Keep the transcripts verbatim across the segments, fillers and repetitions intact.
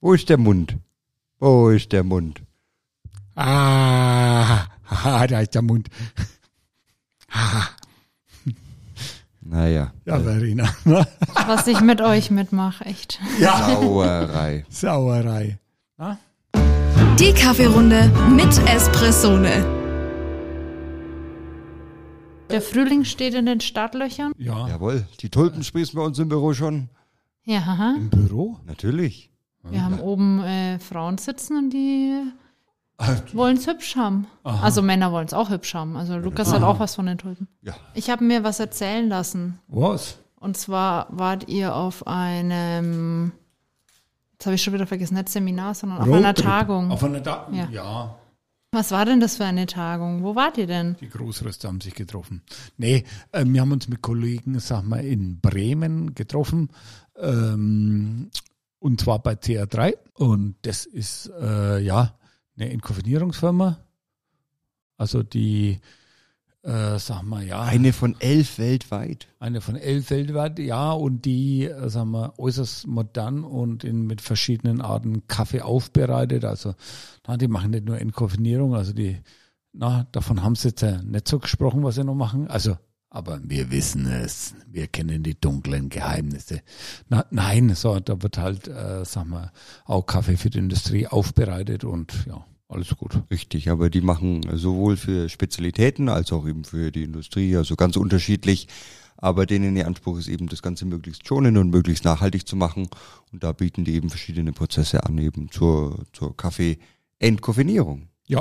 Wo ist der Mund? Wo ist der Mund? Ah, haha, da ist der Mund. Naja. Ja, Verena. Was ich mit euch mitmache, echt. Ja. Sauerei. Sauerei. Na? Die Kaffeerunde mit Espressone. Der Frühling steht in den Startlöchern. Ja. Jawohl, die Tulpen sprießen bei uns im Büro schon. Ja, haha. Im Büro? Natürlich. Wir haben oben äh, Frauen sitzen und die wollen es hübsch haben. Aha. Also Männer wollen es auch hübsch haben. Also Lukas hat auch was von den Tulpen. Ja. Ich habe mir was erzählen lassen. Was? Und zwar wart ihr auf einem, jetzt habe ich schon wieder vergessen, nicht Seminar, sondern auf einer Roadtrip. Tagung. Auf einer Tagung? Ja. Ja. Was war denn das für eine Tagung? Wo wart ihr denn? Die Großröster haben sich getroffen. Nee, äh, wir haben uns mit Kollegen, sag mal, in Bremen getroffen. Ähm, und zwar bei C R drei. Und das ist, äh, ja, eine Entkoffinierungsfirma. Also die, äh, sag mal, ja. Eine von elf weltweit. Eine von elf weltweit, ja, und die, äh, sagen wir, äußerst modern und in, mit verschiedenen Arten Kaffee aufbereitet. Also, na, die machen nicht nur Entkoffinierung, also die, na, davon haben sie jetzt ja nicht so gesprochen, was sie noch machen. Also, aber wir wissen es, wir kennen die dunklen Geheimnisse. Na, nein, so, da wird halt, äh, sagen wir, auch Kaffee für die Industrie aufbereitet und ja, alles gut. Richtig, aber die machen sowohl für Spezialitäten als auch eben für die Industrie, also ganz unterschiedlich. Aber denen ihr Anspruch ist eben, das Ganze möglichst schonend und möglichst nachhaltig zu machen. Und da bieten die eben verschiedene Prozesse an, eben zur, zur Kaffee-Entkoffinierung. Ja.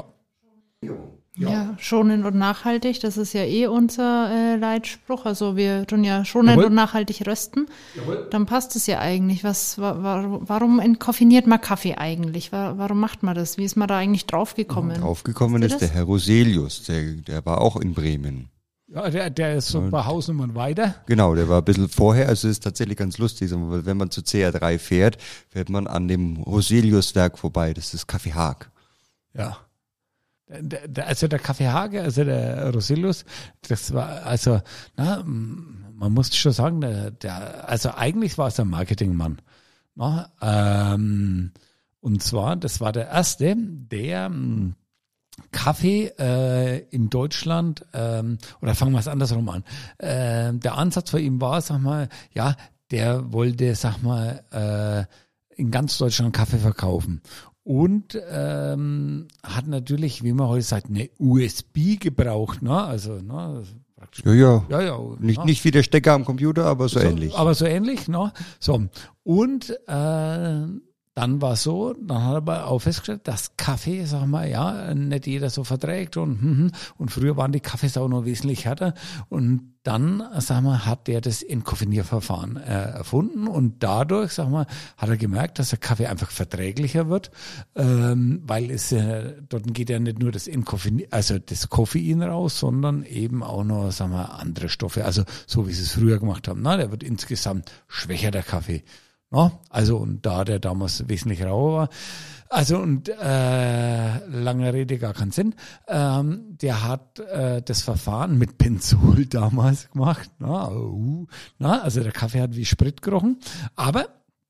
Ja, Ja. schonend und nachhaltig, das ist ja eh unser äh, Leitspruch. Also wir tun ja schonend Jawohl. und nachhaltig rösten. Jawohl. Dann passt es ja eigentlich. Was, wa, wa, warum entkoffiniert man Kaffee eigentlich? Wa, warum macht man das? Wie ist man da eigentlich draufgekommen? Draufgekommen Wisst ihr ist der das? Herr Roselius, der, der war auch in Bremen. Ja, der, der ist so ein paar Hausnummern weiter. Genau, der war ein bisschen vorher, also es ist tatsächlich ganz lustig, weil wenn man zu C R drei fährt, fährt man an dem Roselius-Werk vorbei, das ist Kaffee Haag. Ja. Der, der, also der Kaffee Hage, also der Roselius, das war, also, na, man muss schon sagen, der, der, also eigentlich war es ein Marketingmann. Na, ähm, und zwar, das war der erste, der m, Kaffee äh, in Deutschland, ähm, oder fangen wir es andersrum an. Äh, der Ansatz von ihm war, sag mal, ja, der wollte, sag mal, äh, in ganz Deutschland Kaffee verkaufen. Und ähm, hat natürlich, wie man heute sagt, eine U S B gebraucht, ne? Also, ne? Praktisch. Ja, ja. Ja, ja. Nicht, ne? nicht wie der Stecker am Computer, aber so, so ähnlich. Aber so ähnlich, ne? So. Und äh, dann war so, dann hat er aber auch festgestellt, dass Kaffee, sag mal, ja, nicht jeder so verträgt und hm, und früher waren die Kaffees auch noch wesentlich härter und dann, sag mal, hat der das Entkoffinierverfahren äh, erfunden und dadurch, sag mal, hat er gemerkt, dass der Kaffee einfach verträglicher wird, ähm, weil es äh, dort geht ja nicht nur das Entkoffinier, also das Koffein raus, sondern eben auch noch, sag mal, andere Stoffe, also so wie sie es früher gemacht haben, na, der wird insgesamt schwächer, der Kaffee. Ja, also und da der damals wesentlich rauer war, also und äh, lange Rede gar keinen Sinn, ähm, der hat äh, das Verfahren mit Benzol damals gemacht, na, uh, na, also der Kaffee hat wie Sprit gerochen, aber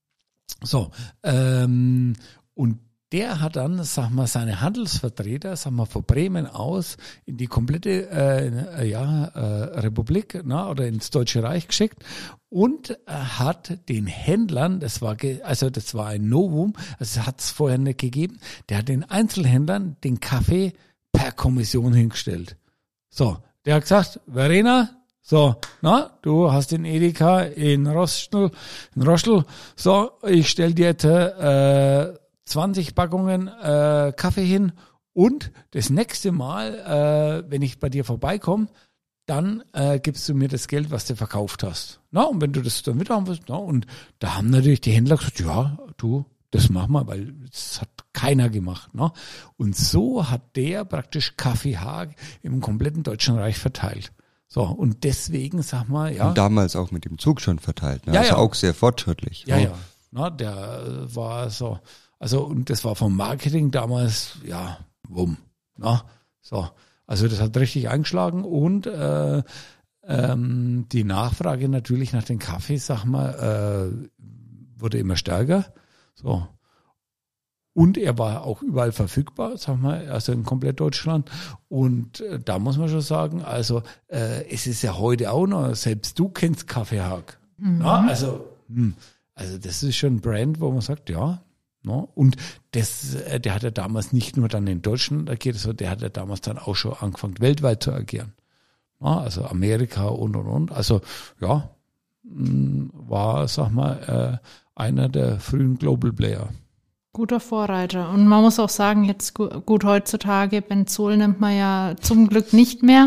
so, ähm, und der hat dann, sag mal, seine Handelsvertreter, sag mal, von Bremen aus in die komplette äh, ja, äh, Republik, na, oder ins Deutsche Reich geschickt und äh, hat den Händlern, das war ge- also das war ein Novum, also hat es vorher nicht gegeben, der hat den Einzelhändlern den Kaffee per Kommission hingestellt. So, der hat gesagt, Verena, so, na, du hast den Edeka in Rostel, in Roschel, so, ich stell dir jetzt äh, zwanzig Packungen äh, Kaffee hin und das nächste Mal, äh, wenn ich bei dir vorbeikomme, dann äh, gibst du mir das Geld, was du verkauft hast. Na, und wenn du das dann wieder haben willst, na, und da haben natürlich die Händler gesagt, ja, du, das mach mal, weil das hat keiner gemacht. Ne? Und so hat der praktisch Kaffee Haag im kompletten Deutschen Reich verteilt. So, und deswegen, sag mal, ja. Und damals auch mit dem Zug schon verteilt, ne? Ja, also ja. auch sehr fortschrittlich. Ja, ja. Na, der äh, war so, also und das war vom Marketing damals, ja, wumm. Na, so. Also das hat richtig eingeschlagen und äh, ähm, die Nachfrage natürlich nach den Kaffees, sag mal, äh, wurde immer stärker. So. Und er war auch überall verfügbar, sagen wir, also in komplett Deutschland. Und äh, da muss man schon sagen, also äh, es ist ja heute auch noch, selbst du kennst Kaffeehag. Mhm. Ja, also, mh, also das ist schon ein Brand, wo man sagt, ja. No? Und das, äh, der hat ja damals nicht nur dann in Deutschland agiert, sondern der hat ja damals dann auch schon angefangen, weltweit zu agieren. Ja, also Amerika und, und, und. Also ja, mh, war, sag mal, äh, einer der frühen Global Player. Guter Vorreiter. Und man muss auch sagen, jetzt gut, heutzutage, Benzol nimmt man ja zum Glück nicht mehr.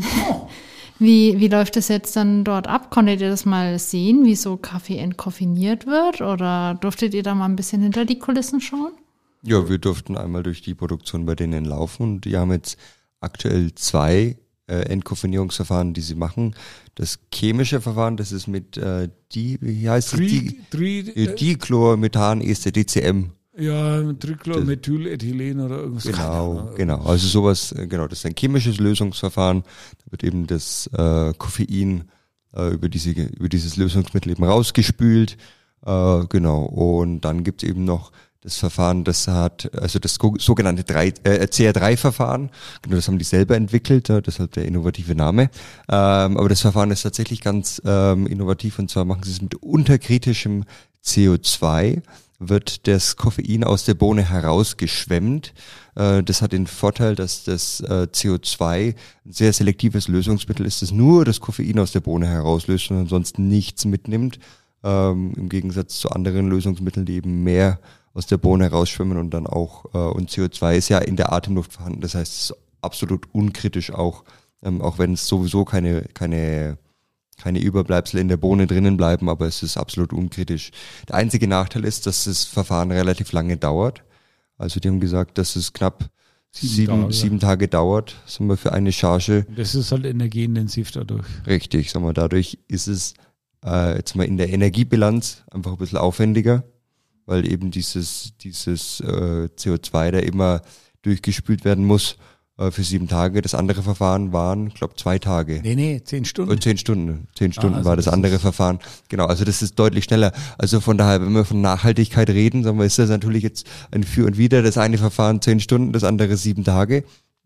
Wie, wie läuft es jetzt dann dort ab? Konntet ihr das mal sehen, wie so Kaffee entkoffiniert wird? Oder durftet ihr da mal ein bisschen hinter die Kulissen schauen? Ja, wir durften einmal durch die Produktion bei denen laufen und die haben jetzt aktuell zwei äh, Entkoffinierungsverfahren, die sie machen. Das chemische Verfahren, das ist mit äh, die, wie heißt es? Die, Tri- Dichlormethanester, D C M. Ja, Trichlormethylethylen oder irgendwas. Genau, genau. Also sowas, genau, das ist ein chemisches Lösungsverfahren. Da wird eben das äh, Koffein äh, über diese über dieses Lösungsmittel eben rausgespült. Äh, genau. Und dann gibt's eben noch das Verfahren, das hat, also das sogenannte drei, äh, C R drei Verfahren. Genau, das haben die selber entwickelt, äh, deshalb der innovative Name. Ähm, aber das Verfahren ist tatsächlich ganz ähm, innovativ, und zwar machen sie es mit unterkritischem C O zwei. Wird das Koffein aus der Bohne herausgeschwemmt. Äh, das hat den Vorteil, dass das äh, C O zwei ein sehr selektives Lösungsmittel ist, das nur das Koffein aus der Bohne herauslöst und ansonsten nichts mitnimmt. Ähm, im Gegensatz zu anderen Lösungsmitteln, die eben mehr aus der Bohne herausschwimmen und dann auch, äh, und C O zwei ist ja in der Atemluft vorhanden. Das heißt, es ist absolut unkritisch auch, ähm, auch wenn es sowieso keine, keine keine Überbleibsel in der Bohne drinnen bleiben, aber es ist absolut unkritisch. Der einzige Nachteil ist, dass das Verfahren relativ lange dauert. Also die haben gesagt, dass es knapp sieben, sieben, Tage. sieben Tage dauert, sagen wir, für eine Charge. Das ist halt energieintensiv dadurch. Richtig, sagen wir, dadurch ist es äh, jetzt mal in der Energiebilanz einfach ein bisschen aufwendiger, weil eben dieses, dieses äh, C O zwei da immer durchgespült werden muss. Für sieben Tage. Das andere Verfahren waren, glaube zwei Tage. Nee, nee, zehn Stunden. Und zehn Stunden. Zehn Stunden ah, also war das, das andere Verfahren. Genau, also das ist deutlich schneller. Also von daher, wenn wir von Nachhaltigkeit reden, sagen wir, ist das natürlich jetzt ein Für und Wider. Das eine Verfahren zehn Stunden, das andere sieben Tage.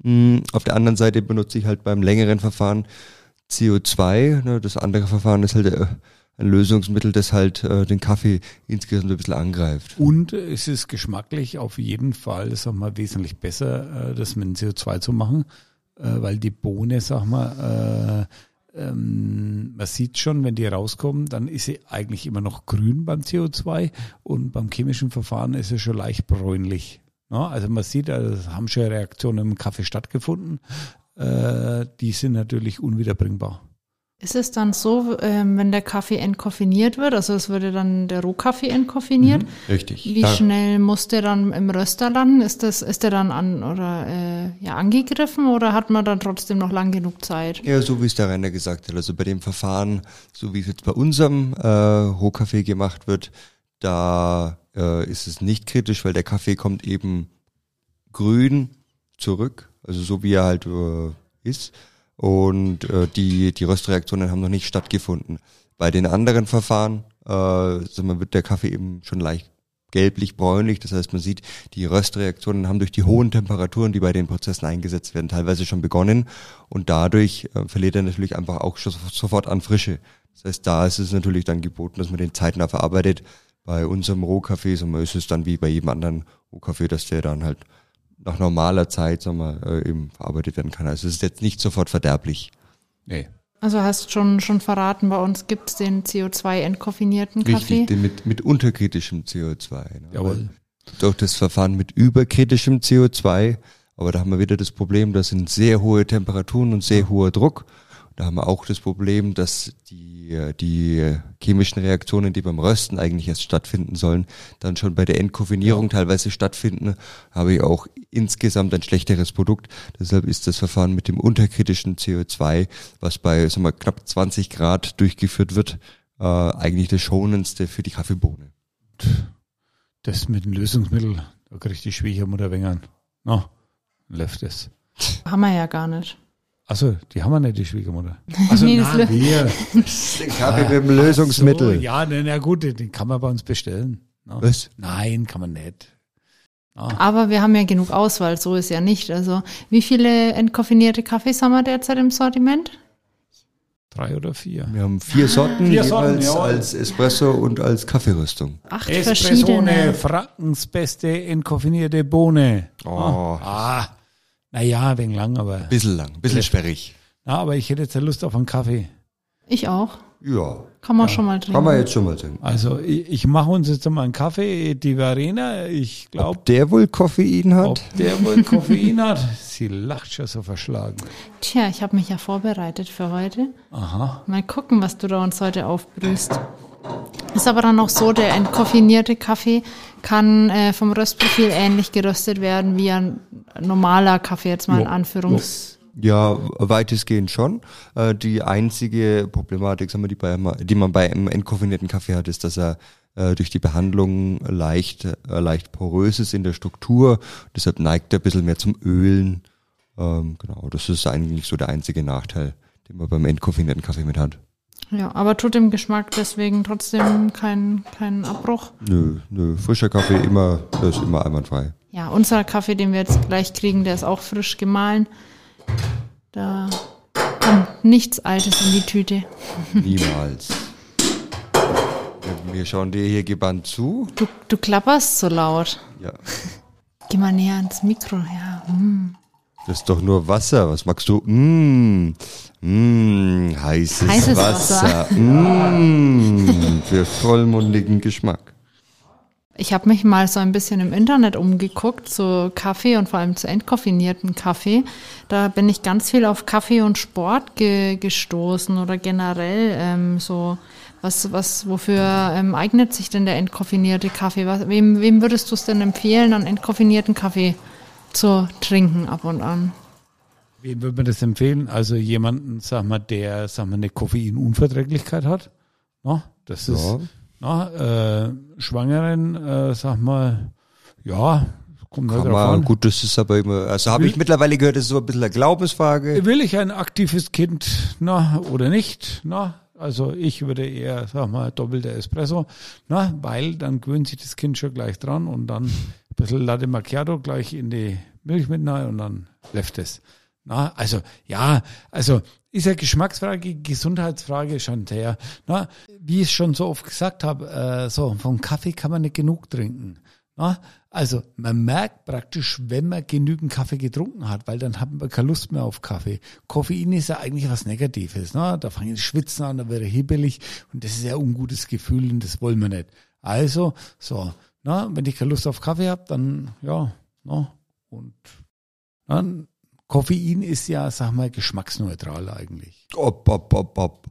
Auf der anderen Seite benutze ich halt beim längeren Verfahren C O zwei. Das andere Verfahren ist halt ein Lösungsmittel, das halt äh, den Kaffee insgesamt ein bisschen angreift. Und es ist geschmacklich auf jeden Fall, sag mal, wesentlich besser, äh, das mit C O zwei zu machen, äh, weil die Bohne, sag mal, äh, ähm, man sieht schon, wenn die rauskommen, dann ist sie eigentlich immer noch grün beim C O zwei und beim chemischen Verfahren ist sie schon leicht bräunlich. Ja, also man sieht, also haben schon Reaktionen im Kaffee stattgefunden, äh, die sind natürlich unwiederbringbar. Ist es dann so, ähm, wenn der Kaffee entkoffiniert wird, also es würde dann der Rohkaffee entkoffiniert? Mhm, richtig. Wie ja. schnell muss der dann im Röster landen? Ist das, ist der dann an oder äh, ja angegriffen oder hat man dann trotzdem noch lang genug Zeit? Ja, so wie es der Rainer gesagt hat. Also bei dem Verfahren, so wie es jetzt bei unserem äh, Rohkaffee gemacht wird, da äh, ist es nicht kritisch, weil der Kaffee kommt eben grün zurück, also so wie er halt äh, ist. Und äh, die die Röstreaktionen haben noch nicht stattgefunden. Bei den anderen Verfahren äh, also man wird der Kaffee eben schon leicht gelblich-bräunlich. Das heißt, man sieht, die Röstreaktionen haben durch die hohen Temperaturen, die bei den Prozessen eingesetzt werden, teilweise schon begonnen. Und dadurch äh, verliert er natürlich einfach auch schon sofort an Frische. Das heißt, da ist es natürlich dann geboten, dass man den zeitnah verarbeitet. Bei unserem Rohkaffee so ist es dann wie bei jedem anderen Rohkaffee, dass der dann halt nach normaler Zeit, sagen wir, äh, eben verarbeitet werden kann. Also es ist jetzt nicht sofort verderblich. Nee. Also hast schon schon verraten, bei uns gibt es den C O zwei entkoffinierten Kaffee. Richtig, den mit, mit unterkritischem C O zwei. Ne? Jawohl. Doch das Verfahren mit überkritischem C O zwei, aber da haben wir wieder das Problem, das sind sehr hohe Temperaturen und sehr hoher Druck. Da haben wir auch das Problem, dass die, die chemischen Reaktionen, die beim Rösten eigentlich erst stattfinden sollen, dann schon bei der Entkoffinierung ja. teilweise stattfinden. Habe ich auch insgesamt ein schlechteres Produkt. Deshalb ist das Verfahren mit dem unterkritischen C O zwei, was bei sagen wir, knapp zwanzig Grad durchgeführt wird, äh, eigentlich das schonendste für die Kaffeebohne. Das mit dem Lösungsmittel, da kriegt die Schwiegermutter wengern. Na, läuft es. Haben wir ja gar nicht. Achso, die haben wir nicht, die Schwiegermutter. Also nee, na, wir. Den Kaffee mit dem Lösungsmittel. So, ja, na, na gut, den kann man bei uns bestellen. No? Was? Nein, kann man nicht. Ah. Aber wir haben ja genug Auswahl, so ist ja nicht. Also wie viele entkoffinierte Kaffees haben wir derzeit im Sortiment? Drei oder vier. Wir haben vier Sorten, Vier jeweils Sorten, jawohl. als Espresso und als Kaffeerüstung. Acht Espressone, verschiedene. Frankens beste entkoffinierte Bohne. Oh, Ah, naja, ein wenig lang, aber, bisschen lang, bisschen sperrig. na, aber ich hätte jetzt ja Lust auf einen Kaffee. Ich auch. Ja, Kann man schon mal trinken. kann man jetzt schon mal trinken. Also ich, ich mache uns jetzt mal einen Kaffee, die Verena, ich glaube, Ob der wohl Koffein ob hat? der wohl Koffein hat. Sie lacht schon so verschlagen. Tja, ich habe mich ja vorbereitet für heute. Aha. Mal gucken, was du da uns heute aufbrühst. Ist aber dann auch so, der entkoffinierte Kaffee kann äh, vom Röstprofil ähnlich geröstet werden wie ein normaler Kaffee, jetzt mal in Jo, Anführungs... Ja, weitestgehend schon. Äh, die einzige Problematik, sagen wir, die, bei, die man bei einem entkoffinierten Kaffee hat, ist, dass er äh, durch die Behandlung leicht, äh, leicht porös ist in der Struktur. Deshalb neigt er ein bisschen mehr zum Ölen. Ähm, genau, das ist eigentlich so der einzige Nachteil, den man beim entkoffinierten Kaffee mit hat. Ja, aber tut dem Geschmack deswegen trotzdem keinen keinen Abbruch. Nö, nö, frischer Kaffee immer, das ist immer einwandfrei. Ja, unser Kaffee, den wir jetzt gleich kriegen, der ist auch frisch gemahlen. Da kommt nichts Altes in die Tüte. Niemals. Wir schauen dir hier gebannt zu. Du, du klapperst so laut. Ja. Geh mal näher ans Mikro, ja. Mm. Das ist doch nur Wasser. Was magst du? Mmh, mmh, heißes, Heißes Wasser. Mmh, für vollmundigen Geschmack. Ich habe mich mal so ein bisschen im Internet umgeguckt, zu Kaffee und vor allem zu entkoffinierten Kaffee. Da bin ich ganz viel auf Kaffee und Sport ge gestoßen oder generell ähm, so, was, was, wofür ähm, eignet sich denn der entkoffinierte Kaffee? Was, wem, wem würdest du es denn empfehlen, einen entkoffinierten Kaffee zu trinken ab und an? Wem würde man das empfehlen? Also jemanden, sag mal, der, sag mal, eine Koffeinunverträglichkeit hat. No, das ist, Ja. na, äh, Schwangeren, äh, sag mal, ja, kommt halt Kann drauf man, an. gut, das ist aber immer, also habe ich mittlerweile gehört, das ist so ein bisschen eine Glaubensfrage. Will ich ein aktives Kind, na, oder nicht, na? Also ich würde eher, sag mal, doppelter Espresso, na, weil dann gewöhnt sich das Kind schon gleich dran und dann ein bisschen Latte Macchiato gleich in die Milch mit rein und dann läuft es. Na, also, ja, also, ist ja Geschmacksfrage, Gesundheitsfrage schon her. Na, wie ich schon so oft gesagt habe, äh, so, vom Kaffee kann man nicht genug trinken. Na, also, man merkt praktisch, wenn man genügend Kaffee getrunken hat, weil dann hat man keine Lust mehr auf Kaffee. Koffein ist ja eigentlich was Negatives. Na, da fangen die Schwitzen an, da wird er hibbelig und das ist ja ein ungutes Gefühl und das wollen wir nicht. Also, so, na, wenn ich keine Lust auf Kaffee habe, dann, ja, na, und dann, Koffein ist ja, sag mal, geschmacksneutral eigentlich. Ob, ob, ob, ob.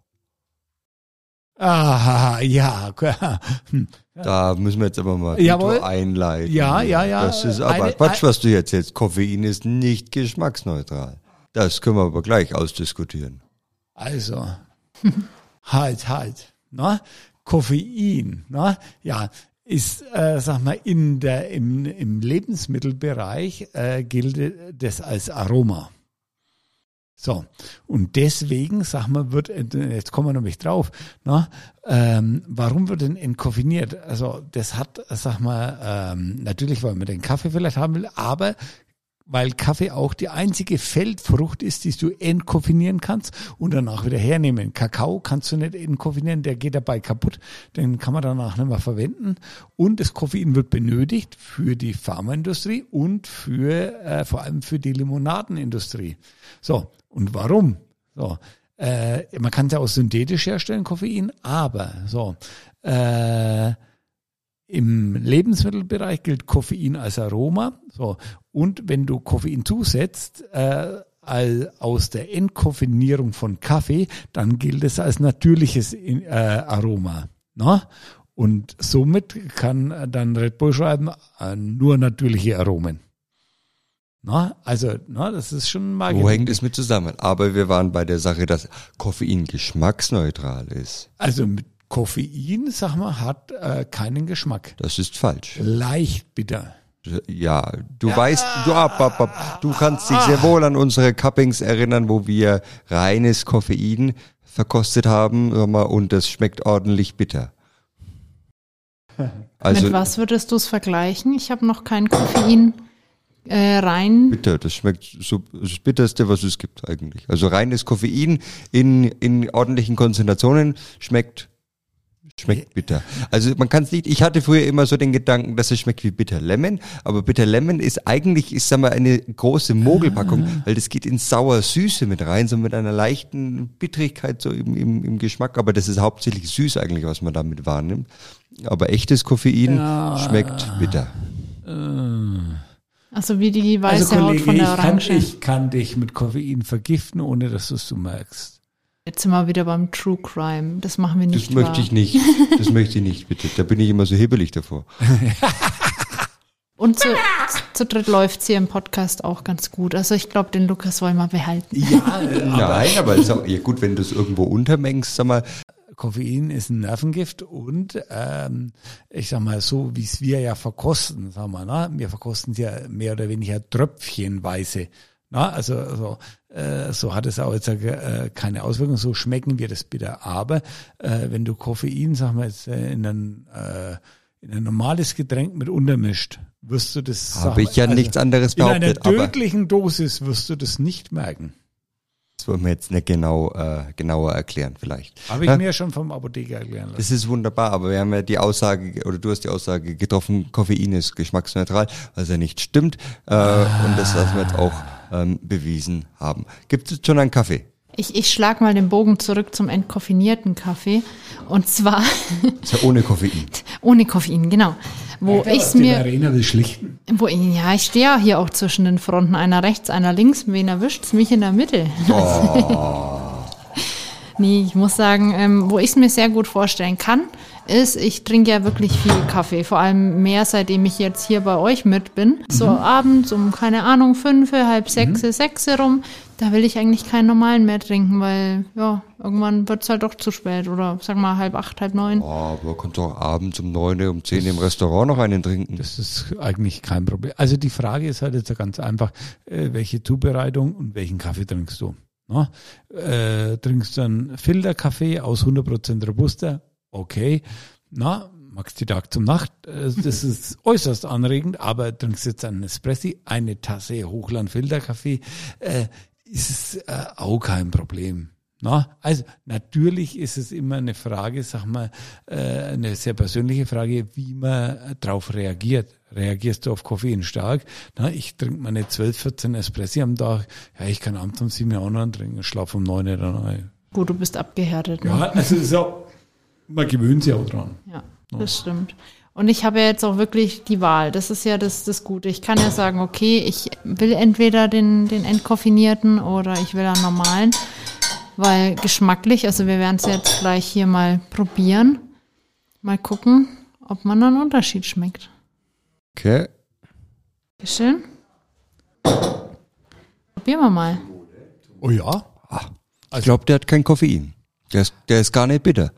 Ah, ja. Hm. Da müssen wir jetzt aber mal Jawohl. einleiten. Ja, ja, ja. Das ist aber Eine- Quatsch, was du jetzt jetzt. Koffein ist nicht geschmacksneutral. Das können wir aber gleich ausdiskutieren. Also, halt, halt. Na? Koffein, na? Ja, ist, äh, sag mal, in der, im, im Lebensmittelbereich äh, gilt das als Aroma. So, und deswegen, sag mal, wird, jetzt kommen wir nämlich drauf, na, ähm, warum wird denn entkoffiniert? Also das hat, sag mal, ähm, natürlich, weil man den Kaffee vielleicht haben will, aber weil Kaffee auch die einzige Feldfrucht ist, die du entkoffinieren kannst und danach wieder hernehmen. Kakao kannst du nicht entkoffinieren, der geht dabei kaputt, den kann man danach nicht mehr verwenden. Und das Koffein wird benötigt für die Pharmaindustrie und für äh, vor allem für die Limonadenindustrie. So, und warum? So, äh, man kann es ja auch synthetisch herstellen, Koffein, aber so, äh, im Lebensmittelbereich gilt Koffein als Aroma. So, und wenn du Koffein zusetzt äh, all, aus der Entkoffinierung von Kaffee, dann gilt es als natürliches äh, Aroma. Na? Und somit kann dann Red Bull schreiben, äh, nur natürliche Aromen. Na? Also, na, das ist schon mal. Wo hängt es mit zusammen? Aber wir waren bei der Sache, dass Koffein geschmacksneutral ist. Also mit Koffein, sag mal, hat äh, keinen Geschmack. Das ist falsch. Leicht bitter. Ja, du ja. weißt, du, ab, ab, ab, du kannst dich sehr wohl an unsere Cuppings erinnern, wo wir reines Koffein verkostet haben und das schmeckt ordentlich bitter. Also Mit was würdest du es vergleichen? Ich habe noch kein Koffein äh, rein. bitter, das schmeckt so das Bitterste, was es gibt eigentlich. Also reines Koffein in, in ordentlichen Konzentrationen schmeckt Schmeckt bitter. Also man kann es nicht, ich hatte früher immer so den Gedanken, dass es schmeckt wie Bitter Lemon, aber Bitter Lemon ist eigentlich, ich sag mal, eine große Mogelpackung, ah. weil das geht in Sauer-Süße mit rein, so mit einer leichten Bittrigkeit so im, im, im Geschmack, aber das ist hauptsächlich süß eigentlich, was man damit wahrnimmt. Aber echtes Koffein ja. schmeckt bitter. Also wie die weiße also, Kollege, Haut von der ich Orange. Kann, ich kann dich mit Koffein vergiften, ohne dass du es so merkst. Jetzt sind wir wieder beim True Crime. Das machen wir nicht. Das möchte wahr. ich nicht. Das möchte ich nicht, bitte. Da bin ich immer so hibbelig davor. Und zu, zu dritt läuft's hier im Podcast auch ganz gut. Also ich glaube, den Lukas wollen wir behalten. Ja, Nein, aber es ist auch ja, gut, wenn du es irgendwo untermengst, sag mal. Koffein ist ein Nervengift und ähm, ich sag mal so, wie es wir ja verkosten, sagen wir, ne? Wir verkosten es ja mehr oder weniger tröpfchenweise. Na, also, also äh, so hat es auch jetzt äh, keine Auswirkungen, so schmecken wir das bitter. Aber äh, wenn du Koffein, sagen wir jetzt, äh, in, ein, äh, in ein normales Getränk mit untermischt, wirst du das... Habe ich ja also, nichts anderes behauptet. In einer tödlichen Dosis wirst du das nicht merken. Das wollen wir jetzt nicht genau äh, genauer erklären vielleicht. Habe ich ja? mir schon vom Apotheker erklären lassen. Das ist wunderbar, aber wir haben ja die Aussage, oder du hast die Aussage getroffen, Koffein ist geschmacksneutral, was ja nicht stimmt. Äh, ah. Und das lassen wir jetzt auch ähm, bewiesen haben. Gibt es schon einen Kaffee? Ich, ich schlag mal den Bogen zurück zum entkoffinierten Kaffee. Und zwar... Das ist ja ohne Koffein. Ohne Koffein, genau. Wo ja, ich's mir... Arena will schlichten. Wo, ja, ich stehe ja hier auch zwischen den Fronten. Einer rechts, einer links. Wen erwischt's? Mich in der Mitte. Oh. Nee, ich muss sagen, ähm, wo ich es mir sehr gut vorstellen kann, ist, ich trinke ja wirklich viel Kaffee. Vor allem mehr, seitdem ich jetzt hier bei euch mit bin. Mhm. So abends um, keine Ahnung, fünf, halb sechs, mhm. sechs rum. Da will ich eigentlich keinen normalen mehr trinken, weil, ja, irgendwann wird's halt doch zu spät. Oder sag mal halb acht, halb neun. Oh, aber kannst du auch abends um neun, um zehn im Restaurant noch einen trinken. Das ist eigentlich kein Problem. Also die Frage ist halt jetzt ganz einfach, welche Zubereitung und welchen Kaffee trinkst du? Na, äh, trinkst du einen Filterkaffee aus hundert Prozent Robusta? Okay. Na, magst die Tag zum Nacht? Das ist äußerst anregend, aber trinkst jetzt einen Espressi, eine Tasse Hochland-Filterkaffee, äh, ist es äh, auch kein Problem. Na, also natürlich ist es immer eine Frage, sag mal, äh, eine sehr persönliche Frage, wie man drauf reagiert. Reagierst du auf Koffein stark? Na, ich trinke meine zwölf, vierzehn Espressi am Tag. Ja, ich kann abends um sieben auch noch trinken, schlafe um neun dann ein. Gut, du bist abgehärtet. Ne? Ja, also so, man gewöhnt sich auch dran. Ja, das ja. stimmt. Und ich habe ja jetzt auch wirklich die Wahl. Das ist ja das, das Gute. Ich kann ja sagen, okay, ich will entweder den, den entkoffinierten oder ich will einen normalen. Weil geschmacklich, also wir werden es jetzt gleich hier mal probieren. Mal gucken, ob man einen Unterschied schmeckt. Okay. Schön. Probieren wir mal. Oh ja? Ah, ich glaube, der hat kein Koffein. Der ist, der ist gar nicht bitter.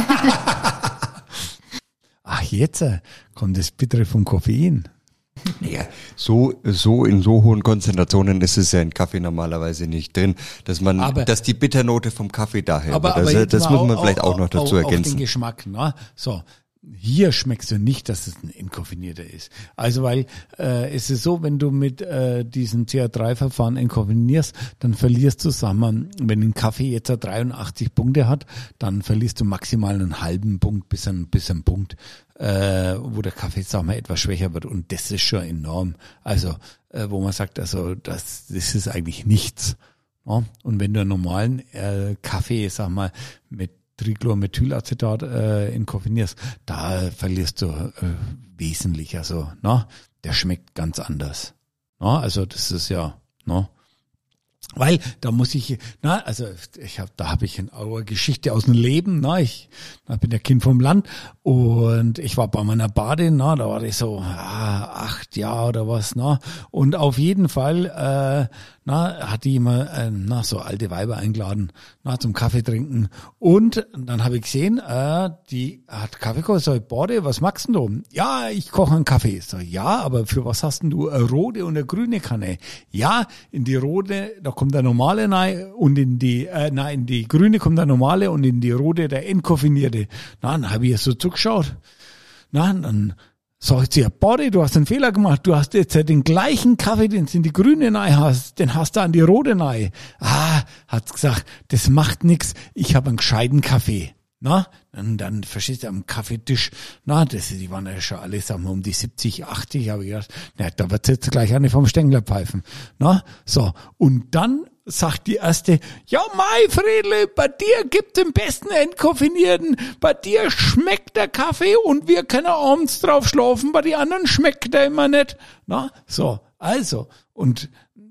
Ach, jetzt äh, kommt das Bittere vom Koffein. Ja, so, so in so hohen Konzentrationen ist es ja in Kaffee normalerweise nicht drin, dass man, aber, dass die Bitternote vom Kaffee daher aber, wird. Also, aber das muss man auch, vielleicht auch, auch noch dazu auch, ergänzen. Auch den Geschmack, ne? So. Hier schmeckst du nicht, dass es ein entkoffinierter ist. Also weil äh, es ist so, wenn du mit äh, diesem C A drei Verfahren entkoffinierst, dann verlierst du, sag mal, wenn ein Kaffee jetzt dreiundachtzig Punkte hat, dann verlierst du maximal einen halben Punkt bis ein bis ein Punkt, äh, wo der Kaffee, sag mal, etwas schwächer wird. Und das ist schon enorm. Also äh, wo man sagt, also das, das ist eigentlich nichts. Ja? Und wenn du einen normalen äh, Kaffee, sag mal, mit Trichlormethylacetat äh, entkoffinierst, da verlierst du äh, wesentlich. Also, na, der schmeckt ganz anders. Na, also das ist ja, na, weil da muss ich, na, also ich hab, da habe ich eine Geschichte aus dem Leben. Na, ich na, bin ja Kind vom Land und ich war bei meiner Bade, na, da war ich so ja, acht Jahre oder was, na, und auf jeden Fall, äh, na, hat die immer, äh, na, so alte Weiber eingeladen, na, zum Kaffee trinken. Und dann habe ich gesehen, äh, die hat Kaffee gekocht. So, Bade, was magst denn du? Ja, ich koche einen Kaffee. So, ja, aber für was hast denn du eine rote und eine grüne Kanne? Ja, in die rote, da kommt der normale rein und in die, äh, nein, in die grüne kommt der normale und in die rote der entkoffinierte. Na, dann habe ich so zugeschaut. Na, dann sagt sie, ja, Body, du hast einen Fehler gemacht, du hast jetzt ja den gleichen Kaffee, den du in die grüne Nei hast, den hast du an die rote Nei. Ah, hat's gesagt, das macht nix, ich habe einen gescheiten Kaffee. Na, und dann verstehst du am Kaffeetisch, na, das, die waren ja schon alle, sagen wir, um die siebzig, achtzig, habe ich gedacht, na, da wird's jetzt gleich eine vom Stängler pfeifen. Na, so. Und dann sagt die erste, ja, Mai, Friedle, bei dir gibt's den besten entkoffinierten, bei dir schmeckt der Kaffee und wir können abends drauf schlafen, bei die anderen schmeckt der immer nicht. Na, so. Also. Und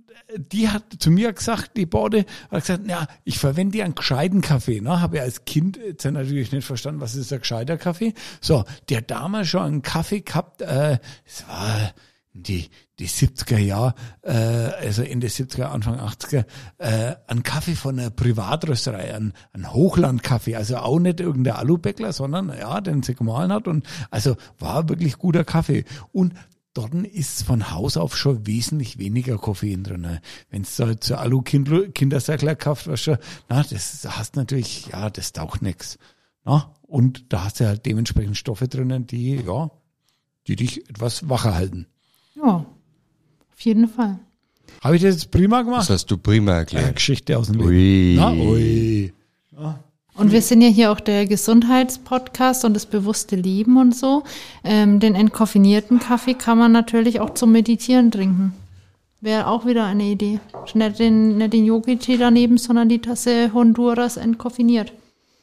die hat zu mir gesagt, die Borde, hat gesagt, ja, ich verwende ja einen gescheiten Kaffee. Ne? Habe ja als Kind jetzt natürlich nicht verstanden, was ist ein gescheiter Kaffee. So, der hat damals schon einen Kaffee gehabt, äh, es war die die siebziger Jahre, äh, also Ende siebziger, Anfang achtziger, äh, einen Kaffee von einer Privatrösterei, ein, ein Hochlandkaffee, also auch nicht irgendein Alubäckler, sondern ja, den sie gemahlen hat und also war wirklich guter Kaffee. Und dort ist von Haus auf schon wesentlich weniger Koffein drin. Wenn du halt so Alu-Kindersäckler kaufst, weißt du, na, das hast natürlich, ja, das taucht nix. Na, und da hast du halt dementsprechend Stoffe drinnen, die, ja, die dich etwas wacher halten. Ja, auf jeden Fall. Habe ich das jetzt prima gemacht? Das hast du prima erklärt. Ja, Geschichte aus dem Leben. Ui. Na, ui. Ja. Und wir sind ja hier auch der Gesundheitspodcast und das bewusste Leben und so. Ähm, den entkoffinierten Kaffee kann man natürlich auch zum Meditieren trinken. Wäre auch wieder eine Idee. Nicht den, nicht den Yogi-Tee daneben, sondern die Tasse Honduras entkoffiniert.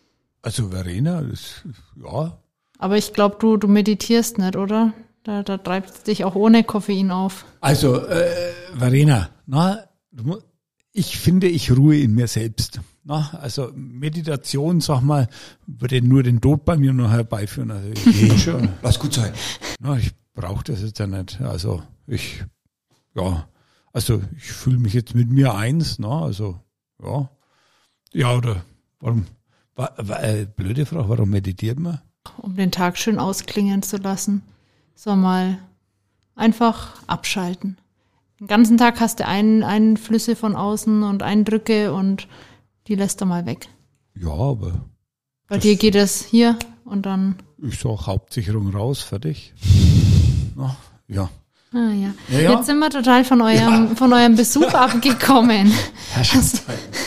Also Verena, das, ja. Aber ich glaube, du, du meditierst nicht, oder? Da, da treibt es dich auch ohne Koffein auf. Also, äh, Verena, na, du, ich finde, ich ruhe in mir selbst. Na, also Meditation, sag mal, würde nur den Tod bei mir noch herbeiführen. Also ich gehe schon. Lass gut sein. Na, ich brauche das jetzt ja nicht. Also ich, ja, also ich fühle mich jetzt mit mir eins. Na, also ja, ja oder warum? Wa, wa, äh, blöde Frage, warum meditiert man? Um den Tag schön ausklingen zu lassen. So mal einfach abschalten. Den ganzen Tag hast du einen, einen Flüsse von außen und Eindrücke und die lässt du mal weg. Ja, aber bei dir geht es hier und dann. Ich sag Hauptsicherung raus, fertig. Na, ja. Ah, ja. Ja, ja. Jetzt sind wir total von eurem, ja. von eurem Besuch abgekommen. Was,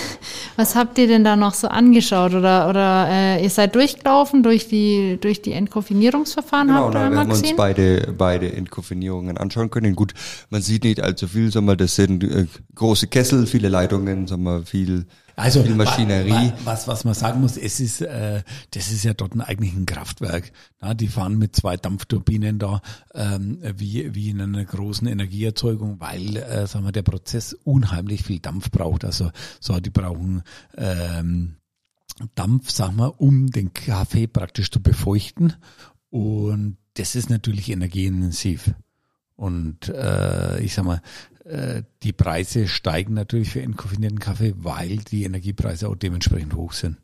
was habt ihr denn da noch so angeschaut? Oder, oder äh, ihr seid durchgelaufen durch die, durch die Entkoffinierungsverfahren? Genau, habt na, ihr wir haben gesehen? uns beide, beide Entkoffinierungen anschauen können. Gut, man sieht nicht allzu viel, sagen wir, das sind äh, große Kessel, viele Leitungen, sagen wir, viel, also, viel Maschinerie. Was, was man sagen muss, es ist, äh, das ist ja dort eigentlich ein Kraftwerk. Na, die fahren mit zwei Dampfturbinen da, ähm, wie, wie in einer großen Energieerzeugung, weil, äh, sagen wir, der Prozess unheimlich viel Dampf braucht. Also, so, die brauchen, ähm, Dampf, sagen wir, um den Kaffee praktisch zu befeuchten. Und das ist natürlich energieintensiv. Und, äh, ich sag mal, die Preise steigen natürlich für entkoffinierten Kaffee, weil die Energiepreise auch dementsprechend hoch sind.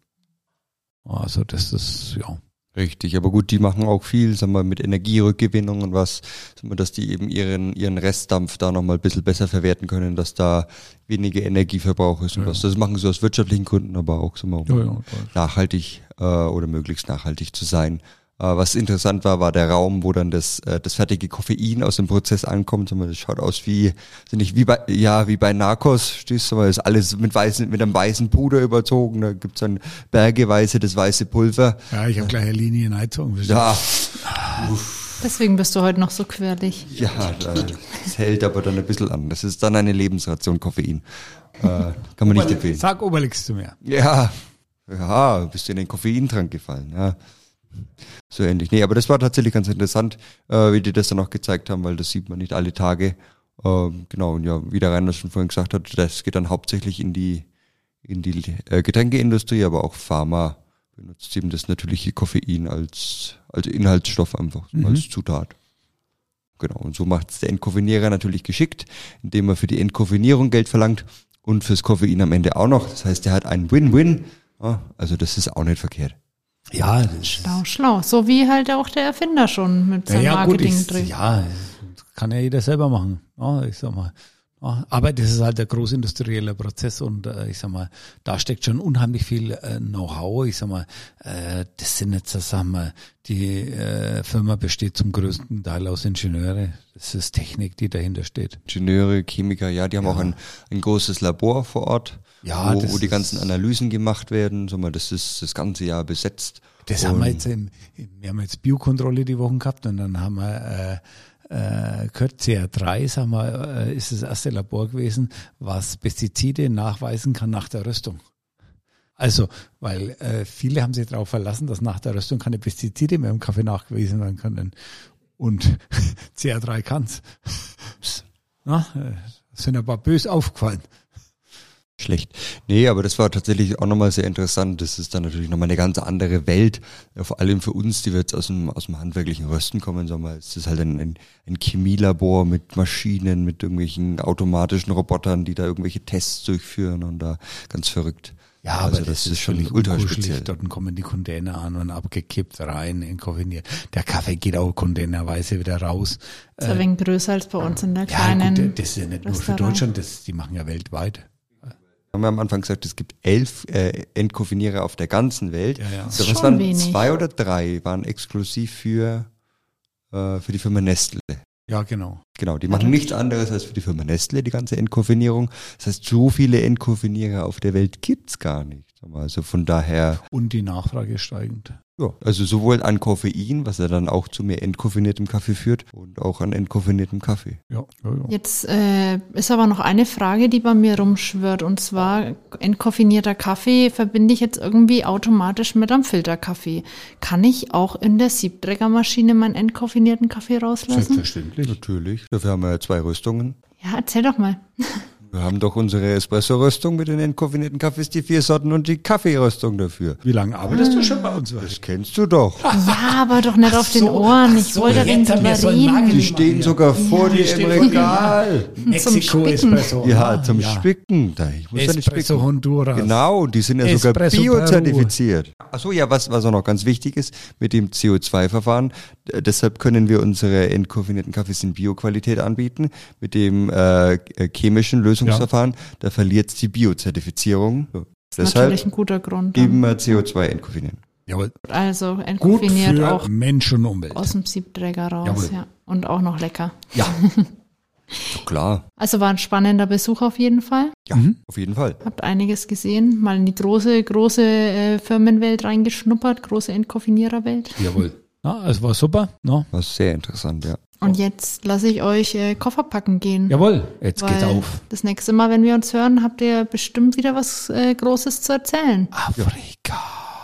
Also das ist, ja. Richtig, aber gut, die machen auch viel, sagen wir, mit Energierückgewinnung und was, sagen wir, dass die eben ihren ihren Restdampf da nochmal ein bisschen besser verwerten können, dass da weniger Energieverbrauch ist und ja. was. Das machen sie aus wirtschaftlichen Gründen, aber auch, sagen wir, um ja, ja, nachhaltig äh, oder möglichst nachhaltig zu sein. Was interessant war, war der Raum, wo dann das äh, das fertige Koffein aus dem Prozess ankommt. Das schaut aus wie, sind nicht wie bei, ja, wie bei Narcos, stehst du, weil ist alles mit weißen, mit einem weißen Puder überzogen. Da gibt's dann bergeweise das weiße Pulver. Ja, ich habe gleich eine Linie in Heizung. Ja. Deswegen bist du heute noch so quirlig. Ja, das hält aber dann ein bisschen an. Das ist dann eine Lebensration Koffein. Äh, kann man nicht empfehlen. Sag Obelix zu mir. Ja, ja, bist du in den Koffeintrank gefallen, ja. So ähnlich. Nee, aber das war tatsächlich ganz interessant, äh, wie die das dann auch gezeigt haben, weil das sieht man nicht alle Tage. Ähm, genau, und ja, wie der Rainer schon vorhin gesagt hat, das geht dann hauptsächlich in die in die äh, Getränkeindustrie, aber auch Pharma benutzt eben das natürliche Koffein als als Inhaltsstoff einfach, mhm. als Zutat. Genau, und so macht es der Entkoffinierer natürlich geschickt, indem er für die Entkoffinierung Geld verlangt und fürs Koffein am Ende auch noch. Das heißt, er hat einen Win-Win. Ja, also das ist auch nicht verkehrt. Ja, das schlau, schlau. So wie halt auch der Erfinder schon mit seinem ja, ja, Marketing gut, ich, drin. Ja, kann ja jeder selber machen. Ja, ich sag mal, Ja, aber das ist halt der großindustrielle Prozess und äh, ich sag mal, da steckt schon unheimlich viel äh, Know-how. Ich sag mal, äh, das sind jetzt, das sagen wir, die äh, Firma besteht zum größten Teil aus Ingenieure. Das ist Technik, die dahinter steht. Ingenieure, Chemiker, ja, die haben Ja. auch ein, ein großes Labor vor Ort, Ja, wo, das wo die ist- ganzen Analysen gemacht werden. Sag mal, das ist das ganze Jahr besetzt. Das Und haben wir jetzt im, wir haben jetzt Biokontrolle die Wochen gehabt und dann haben wir äh, äh, gehört, C R drei, sagen wir, äh, ist das erste Labor gewesen, was Pestizide nachweisen kann nach der Röstung. Also, weil äh, viele haben sich darauf verlassen, dass nach der Röstung keine Pestizide mehr im Kaffee nachgewiesen werden können. Und C R drei kann's. Na, äh, sind ein paar böse aufgefallen. Schlecht. Nee, aber das war tatsächlich auch nochmal sehr interessant. Das ist dann natürlich nochmal eine ganz andere Welt. Ja, vor allem für uns, die wir jetzt aus dem, aus dem handwerklichen Rösten kommen, sagen wir, es ist halt ein, ein, ein Chemielabor mit Maschinen, mit irgendwelchen automatischen Robotern, die da irgendwelche Tests durchführen und da ganz verrückt. Ja, Also aber das, das ist ist schon völlig ultra unkuschelig. speziell. Dort kommen die Container an und abgekippt rein, entkofiniert. Der Kaffee geht auch containerweise wieder raus. Das ist ein wenig größer als bei uns in der Ja, kleinen. gut, das ist ja nicht nur für Rösterei. Deutschland, das, die machen ja weltweit. Haben wir am Anfang gesagt, es gibt elf äh, Entkoffinierer auf der ganzen Welt. Ja, ja. So, Schon was waren wenig. zwei oder drei waren exklusiv für, äh, für die Firma Nestle. Ja, genau. Genau, die machen nichts anderes als für die Firma Nestle, die ganze Entkoffinierung. Das heißt, so viele Entkoffinierer auf der Welt gibt's gar nicht. Also von daher, Und die Nachfrage ist steigend. ja, also sowohl an Koffein, was ja dann auch zu mehr entkoffiniertem Kaffee führt, und auch an entkoffiniertem Kaffee. Ja, ja, ja. Jetzt äh, ist aber noch eine Frage, die bei mir rumschwirrt, und zwar entkoffinierter Kaffee verbinde ich jetzt irgendwie automatisch mit einem Filterkaffee. Kann ich auch in der Siebträgermaschine meinen entkoffinierten Kaffee rauslassen? Selbstverständlich. Natürlich. Dafür haben wir ja zwei Röstungen. Ja, erzähl doch mal. Wir haben doch unsere Espresso-Röstung mit den entkoffinierten Kaffees, die vier Sorten und die Kaffeeröstung dafür. Wie lange arbeitest du schon bei uns? Das kennst du doch. Ja, aber doch nicht auf den so, Ohren. ach Ich so, wollte jetzt den haben wir so einen reden. Nagel- Die stehen sogar vor die dir stehen im vor dir. Regal. Mexiko-Espresso. Ja, zum ja. Spicken. Da, ich muss ja nicht Espresso spicken. Honduras. Genau, die sind ja sogar Espresso biozertifiziert. Achso, ja, was, was auch noch ganz wichtig ist, mit dem C O zwei Verfahren, äh, deshalb können wir unsere entkoffinierten Kaffees in Bioqualität anbieten. Mit dem äh, äh, chemischen Lösungsverfahren, da verliert die Biozertifizierung. So. Das ist natürlich ein Deshalb guter Grund. dann. eben äh, C O zwei entkoffinieren. Jawohl. Also Gut entkoffiniert für auch Mensch und Umwelt. aus dem Siebträger raus. Jawohl. Ja. Und auch noch lecker. Ja. Doch klar, Also war ein spannender Besuch auf jeden Fall. ja, Mhm. auf jeden Fall. Habt einiges gesehen, mal in die große, große äh, Firmenwelt reingeschnuppert, große Entkoffiniererwelt. Jawohl. Ja, es war super. No? War sehr interessant, ja. Und jetzt lasse ich euch äh, Koffer packen gehen. Jawohl, jetzt geht's Weil auf. Das nächste Mal, wenn wir uns hören, habt ihr bestimmt wieder was äh, Großes zu erzählen. Afrika.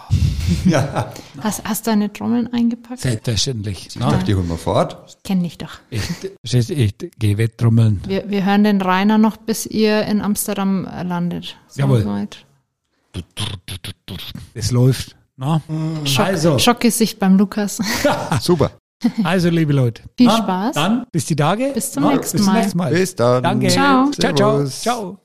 Ja, Hast, hast du deine Trommeln eingepackt? Selbstverständlich. ich dachte, die holen wir fort. Kenn dich doch. Ich, ich, ich gehe wettrummeln. Wir, wir hören den Rainer noch, bis ihr in Amsterdam äh, landet. So Jawohl. weit. Es läuft. Na? Schock, Also. Schockgesicht beim Lukas. Super. Also, liebe Leute. Viel na, Spaß. Dann bis die Tage. Bis zum Na, nächsten bis zum Mal. nächsten Mal. Bis dann. Danke. Ciao. Ciao, ciao. Servus. Ciao.